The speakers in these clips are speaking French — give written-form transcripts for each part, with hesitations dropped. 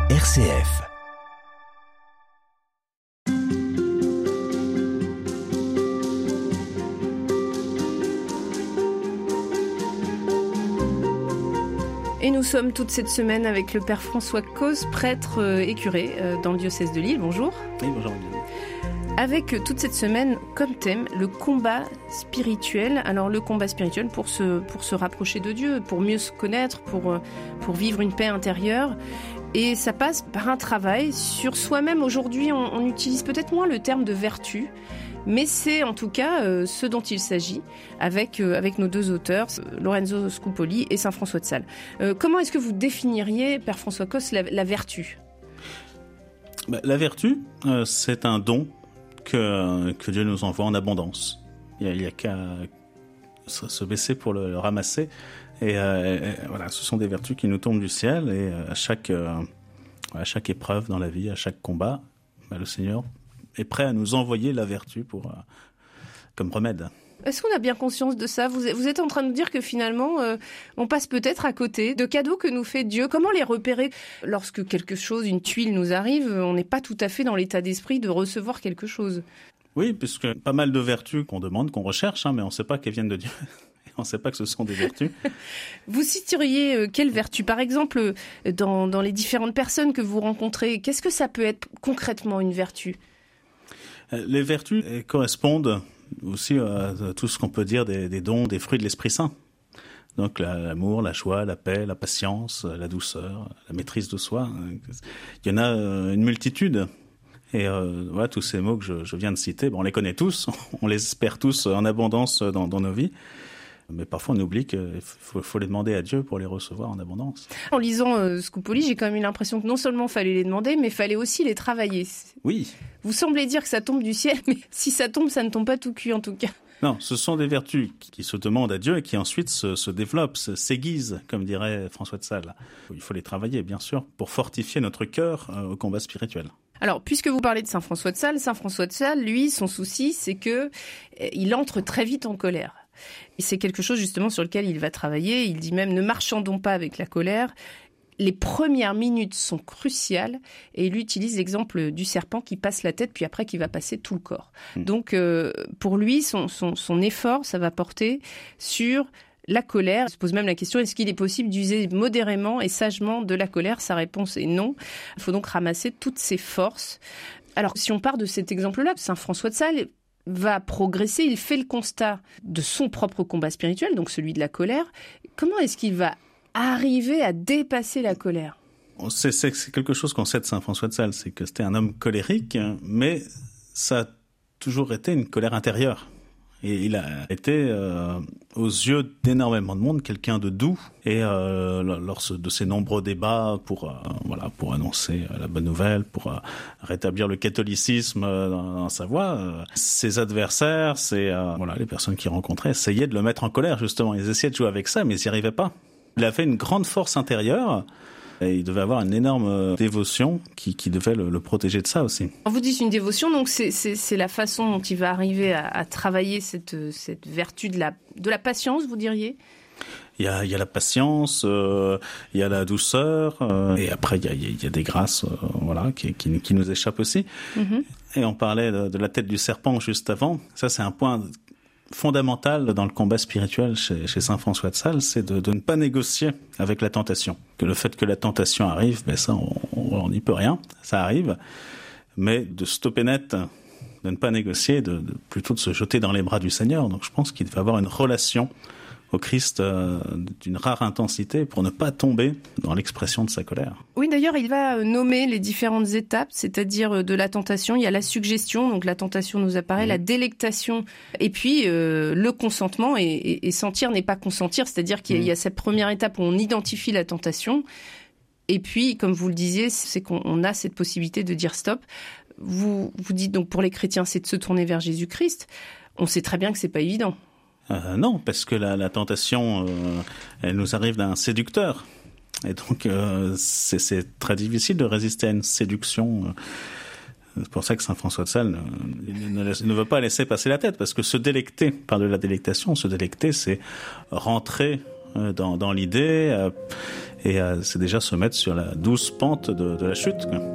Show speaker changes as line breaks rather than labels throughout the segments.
RCF.
Et nous sommes toute cette semaine avec le Père François Coz, prêtre et curé dans le diocèse de Lille. Bonjour.
Oui, bonjour.
Avec toute cette semaine comme thème le combat spirituel. Alors le combat spirituel pour se rapprocher de Dieu, pour mieux se connaître, pour vivre une paix intérieure. Et ça passe par un travail sur soi-même. Aujourd'hui, on utilise peut-être moins le terme de vertu, mais c'est en tout cas ce dont il s'agit avec nos deux auteurs, Lorenzo Scupoli et saint François de Sales. Comment est-ce que vous définiriez, Père François Coz, la vertu ?
La vertu, c'est un don que Dieu nous envoie en abondance. Il y a qu'à se baisser pour le ramasser. Et voilà, ce sont des vertus qui nous tombent du ciel. Et à chaque épreuve dans la vie, à chaque combat, le Seigneur est prêt à nous envoyer la vertu comme remède.
Est-ce qu'on a bien conscience de ça ? Vous êtes en train de nous dire que finalement, on passe peut-être à côté de cadeaux que nous fait Dieu. Comment les repérer ? Lorsque quelque chose, une tuile nous arrive, on n'est pas tout à fait dans l'état d'esprit de recevoir quelque chose.
Oui, puisque pas mal de vertus qu'on demande, qu'on recherche, mais on ne sait pas qu'elles viennent de Dieu. On ne sait pas que ce sont des vertus.
Vous citeriez quelles vertus ? Par exemple, dans les différentes personnes que vous rencontrez, qu'est-ce que ça peut être concrètement une vertu ?
Les vertus correspondent aussi à tout ce qu'on peut dire des dons, des fruits de l'Esprit Saint. Donc l'amour, la joie, la paix, la patience, la douceur, la maîtrise de soi. Il y en a une multitude. Et voilà, tous ces mots que je viens de citer, on les connaît tous, on les espère tous en abondance dans nos vies. Mais parfois, on oublie qu'il faut les demander à Dieu pour les recevoir en abondance.
En lisant Scupoli, j'ai quand même eu l'impression que non seulement il fallait les demander, mais il fallait aussi les travailler.
Oui.
Vous semblez dire que ça tombe du ciel, mais si ça tombe, ça ne tombe pas tout cuit en tout cas.
Non, ce sont des vertus qui se demandent à Dieu et qui ensuite se développent, s'aiguisent, comme dirait François de Sales. Il faut les travailler, bien sûr, pour fortifier notre cœur au combat spirituel.
Alors, puisque vous parlez de saint François de Sales, lui, son souci, c'est que il entre très vite en colère. Et c'est quelque chose justement sur lequel il va travailler. Il dit même « Ne marchandons pas avec la colère ». Les premières minutes sont cruciales et il utilise l'exemple du serpent qui passe la tête puis après qui va passer tout le corps. Donc pour lui, son effort, ça va porter sur la colère. Il se pose même la question, est-ce qu'il est possible d'user modérément et sagement de la colère ? Sa réponse est non. Il faut donc ramasser toutes ses forces. Alors si on part de cet exemple-là, saint François de Sales va progresser, il fait le constat de son propre combat spirituel, donc celui de la colère. Comment est-ce qu'il va arriver à dépasser la colère ?
C'est quelque chose qu'on sait de saint François de Sales, c'est que c'était un homme colérique, mais ça a toujours été une colère intérieure. Et il a été, aux yeux d'énormément de monde, quelqu'un de doux. Et lors de ces nombreux débats pour annoncer la bonne nouvelle, pour rétablir le catholicisme dans sa voie, ses adversaires, les personnes qu'il rencontrait, essayaient de le mettre en colère, justement. Ils essayaient de jouer avec ça, mais ils n'y arrivaient pas. Il avait une grande force intérieure. Et il devait avoir une énorme dévotion qui devait le protéger de ça aussi.
Vous dites une dévotion, donc c'est la façon dont il va arriver à travailler cette vertu de la patience, vous diriez ?
Il y a la patience, il y a la douceur, et après il y a des grâces qui nous échappent aussi. Mm-hmm. Et on parlait de la tête du serpent juste avant. Ça, c'est un point fondamental dans le combat spirituel chez saint François de Sales, c'est de ne pas négocier avec la tentation. Que le fait que la tentation arrive, ça on n'y peut rien, ça arrive, mais de stopper net, de ne pas négocier, plutôt de se jeter dans les bras du Seigneur. Donc je pense qu'il va avoir une relation au Christ d'une rare intensité pour ne pas tomber dans l'expression de sa colère.
Oui, d'ailleurs, il va nommer les différentes étapes, c'est-à-dire de la tentation. Il y a la suggestion, donc la tentation nous apparaît, la délectation, et puis le consentement. Et sentir n'est pas consentir, c'est-à-dire qu'il y a cette première étape où on identifie la tentation. Et puis, comme vous le disiez, c'est qu'on a cette possibilité de dire stop. Vous dites donc pour les chrétiens, c'est de se tourner vers Jésus-Christ. On sait très bien que c'est pas évident.
Non, parce que la tentation, elle nous arrive d'un séducteur. Et donc, c'est très difficile de résister à une séduction. C'est pour ça que saint François de Sales ne veut pas laisser passer la tête, parce que se délecter, par de la délectation, se délecter, c'est rentrer dans l'idée, et c'est déjà se mettre sur la douce pente de la chute, quoi.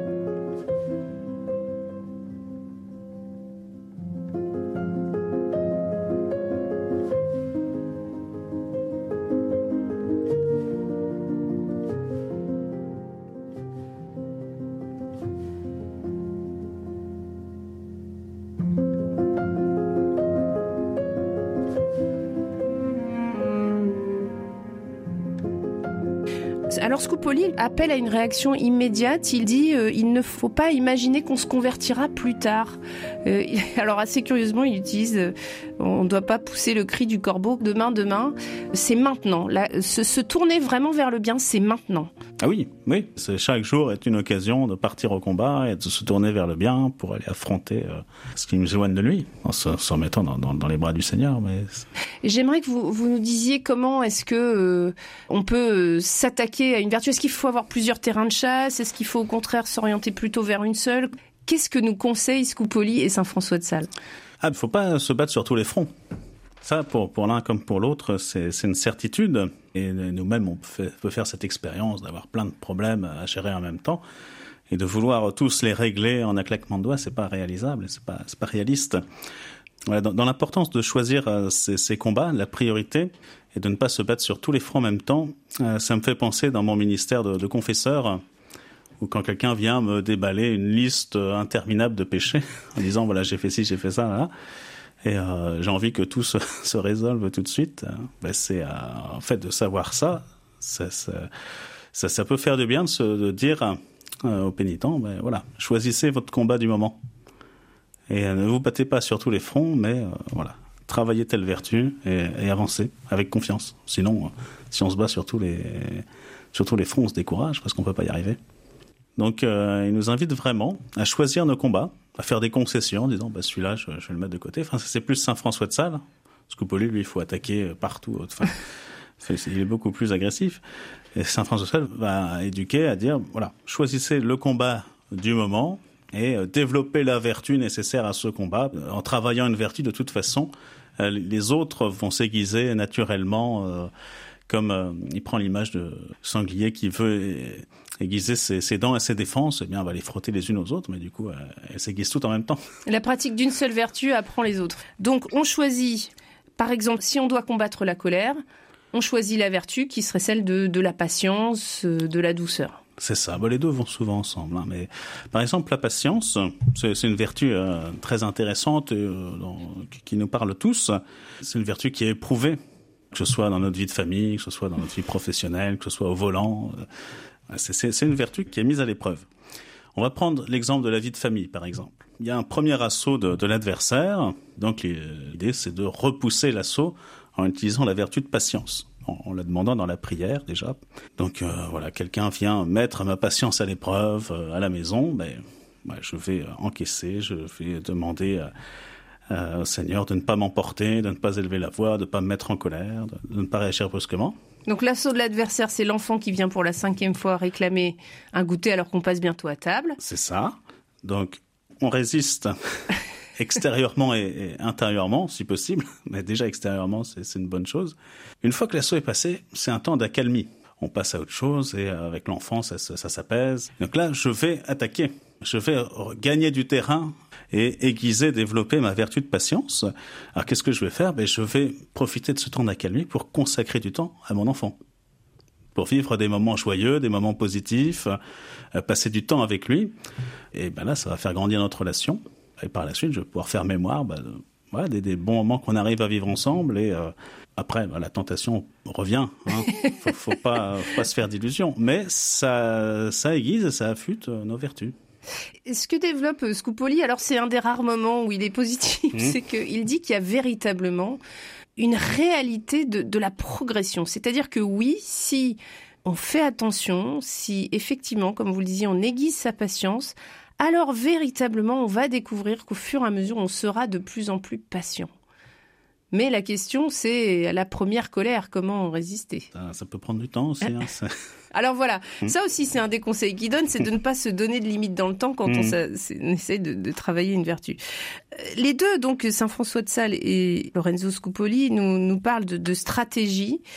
Alors Scupoli appelle à une réaction immédiate. Il dit il ne faut pas imaginer qu'on se convertira plus tard. Alors assez curieusement, il utilise on ne doit pas pousser le cri du corbeau demain. C'est maintenant. Se tourner vraiment vers le bien, c'est maintenant.
Ah oui. Chaque jour est une occasion de partir au combat et de se tourner vers le bien pour aller affronter ce qui nous éloigne de lui, en se mettant dans les bras du Seigneur. Mais
j'aimerais que vous nous disiez comment est-ce que on peut s'attaquer à une vertu. Est-ce qu'il faut avoir plusieurs terrains de chasse? Est-ce qu'il faut au contraire s'orienter plutôt vers une seule? Qu'est-ce que nous conseillent Scupoli et saint François de Sales?
Il ne faut pas se battre sur tous les fronts. Ça, pour l'un comme pour l'autre, c'est une certitude. Et nous-mêmes, on peut faire cette expérience d'avoir plein de problèmes à gérer en même temps. Et de vouloir tous les régler en un claquement de doigts, c'est pas réalisable, c'est pas réaliste. Voilà, dans l'importance de choisir ces combats, la priorité, et de ne pas se battre sur tous les fronts en même temps, ça me fait penser dans mon ministère de confesseur, où quand quelqu'un vient me déballer une liste interminable de péchés, en disant voilà, j'ai fait ci, j'ai fait ça, là, et j'ai envie que tout se résolve tout de suite, c'est en fait de savoir ça peut faire du bien de dire aux pénitents, voilà, choisissez votre combat du moment. Et ne vous battez pas sur tous les fronts, mais voilà, travaillez telle vertu et avancez avec confiance. Sinon, si on se bat sur tous les fronts, on se décourage parce qu'on peut pas y arriver. Donc, il nous invite vraiment à choisir nos combats, à faire des concessions, en disant celui-là, je vais le mettre de côté. Enfin, c'est plus saint François de Sales. Scupoli, lui, il faut attaquer partout. Enfin, il est beaucoup plus agressif. Et saint François de Sales va éduquer à dire voilà, choisissez le combat du moment et développer la vertu nécessaire à ce combat. En travaillant une vertu, de toute façon, les autres vont s'aiguiser naturellement, comme il prend l'image de sanglier qui veut aiguiser ses dents et ses défenses, eh bien, on va les frotter les unes aux autres, mais du coup, elles s'aiguisent toutes en même temps.
La pratique d'une seule vertu apprend les autres. Donc, on choisit, par exemple, si on doit combattre la colère, on choisit la vertu qui serait celle de la patience, de la douceur.
C'est ça. Les deux vont souvent ensemble. Mais par exemple, la patience, c'est une vertu très intéressante qui nous parle tous. C'est une vertu qui est éprouvée, que ce soit dans notre vie de famille, que ce soit dans notre vie professionnelle, que ce soit au volant. C'est une vertu qui est mise à l'épreuve. On va prendre l'exemple de la vie de famille, par exemple. Il y a un premier assaut de l'adversaire. Donc l'idée, c'est de repousser l'assaut en utilisant la vertu de patience. En la demandant dans la prière déjà. Donc voilà, quelqu'un vient mettre ma patience à l'épreuve à la maison, je vais encaisser, je vais demander au Seigneur de ne pas m'emporter, de ne pas élever la voix, de ne pas me mettre en colère, de ne pas réagir brusquement.
Donc l'assaut de l'adversaire, c'est l'enfant qui vient pour la 5e fois réclamer un goûter alors qu'on passe bientôt à table.
C'est ça. Donc on résiste extérieurement et intérieurement, si possible. Mais déjà, extérieurement, c'est une bonne chose. Une fois que l'assaut est passé, c'est un temps d'accalmie. On passe à autre chose et avec l'enfant, ça s'apaise. Donc là, je vais attaquer. Je vais gagner du terrain et aiguiser, développer ma vertu de patience. Alors, qu'est-ce que je vais faire ? Je vais profiter de ce temps d'accalmie pour consacrer du temps à mon enfant. Pour vivre des moments joyeux, des moments positifs, passer du temps avec lui. Et là, ça va faire grandir notre relation. Et par la suite, je vais pouvoir faire mémoire des bons moments qu'on arrive à vivre ensemble. Et après, la tentation revient. Faut pas se faire d'illusions. Mais ça aiguise et ça affûte nos vertus.
Ce que développe Scupoli, alors c'est un des rares moments où il est positif, c'est qu'il dit qu'il y a véritablement une réalité de la progression. C'est-à-dire que oui, si on fait attention, si effectivement, comme vous le disiez, on aiguise sa patience, alors véritablement, on va découvrir qu'au fur et à mesure, on sera de plus en plus patient. Mais la question, c'est la première colère, comment résister ?
Ça peut prendre du temps aussi.
Alors voilà, ça aussi c'est un des conseils qu'il donne, c'est de ne pas se donner de limite dans le temps quand on essaie de travailler une vertu. Les deux, donc saint François de Sales et Lorenzo Scupoli, nous parlent de stratégie.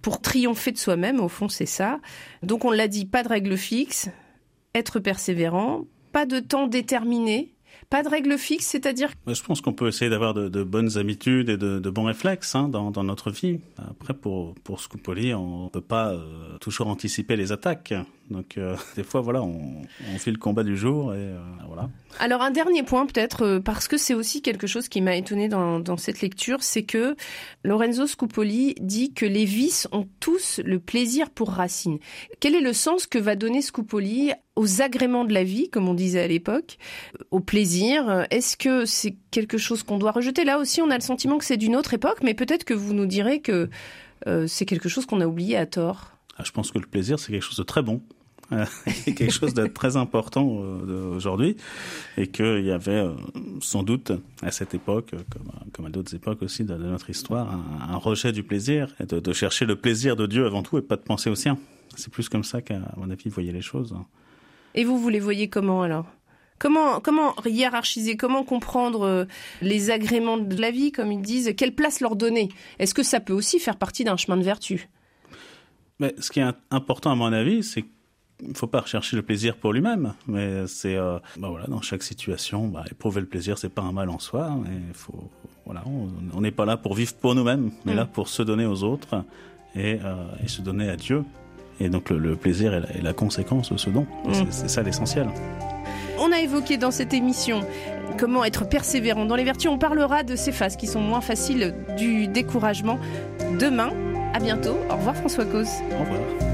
pour triompher de soi-même, au fond, c'est ça. Donc, on l'a dit, pas de règle fixe, être persévérant, pas de temps déterminé. Pas de règle fixe, c'est-à-dire...
Je pense qu'on peut essayer d'avoir de bonnes habitudes et de bons réflexes dans notre vie. Après, pour Scupoli, on ne peut pas toujours anticiper les attaques. Donc, des fois, voilà, on fait le combat du jour et voilà.
Alors, un dernier point, peut-être, parce que c'est aussi quelque chose qui m'a étonné dans cette lecture, c'est que Lorenzo Scupoli dit que les vices ont tous le plaisir pour racine. Quel est le sens que va donner Scupoli aux agréments de la vie, comme on disait à l'époque, au plaisir? Est-ce que c'est quelque chose qu'on doit rejeter? Là aussi, on a le sentiment que c'est d'une autre époque, mais peut-être que vous nous direz que c'est quelque chose qu'on a oublié à tort.
Je pense que le plaisir, c'est quelque chose de très bon. C'est quelque chose de très important aujourd'hui, et qu'il y avait sans doute à cette époque, comme à d'autres époques aussi de notre histoire, un rejet du plaisir, et de chercher le plaisir de Dieu avant tout et pas de penser au sien. C'est plus comme ça qu'à mon avis, vous voyez les choses.
Et vous les voyez comment alors ? Comment hiérarchiser, comment comprendre les agréments de la vie, comme ils disent, quelle place leur donner ? Est-ce que ça peut aussi faire partie d'un chemin de vertu ?
Mais ce qui est important à mon avis, c'est qu'il ne faut pas rechercher le plaisir pour lui-même, mais c'est voilà, dans chaque situation, éprouver le plaisir, c'est pas un mal en soi. On n'est pas là pour vivre pour nous-mêmes, mais là pour se donner aux autres et se donner à Dieu. Et donc le plaisir est la conséquence de ce don. C'est ça l'essentiel.
On a évoqué dans cette émission comment être persévérant dans les vertus. On parlera de ces phases qui sont moins faciles, du découragement, demain. À bientôt. Au revoir François Causse.
Au revoir.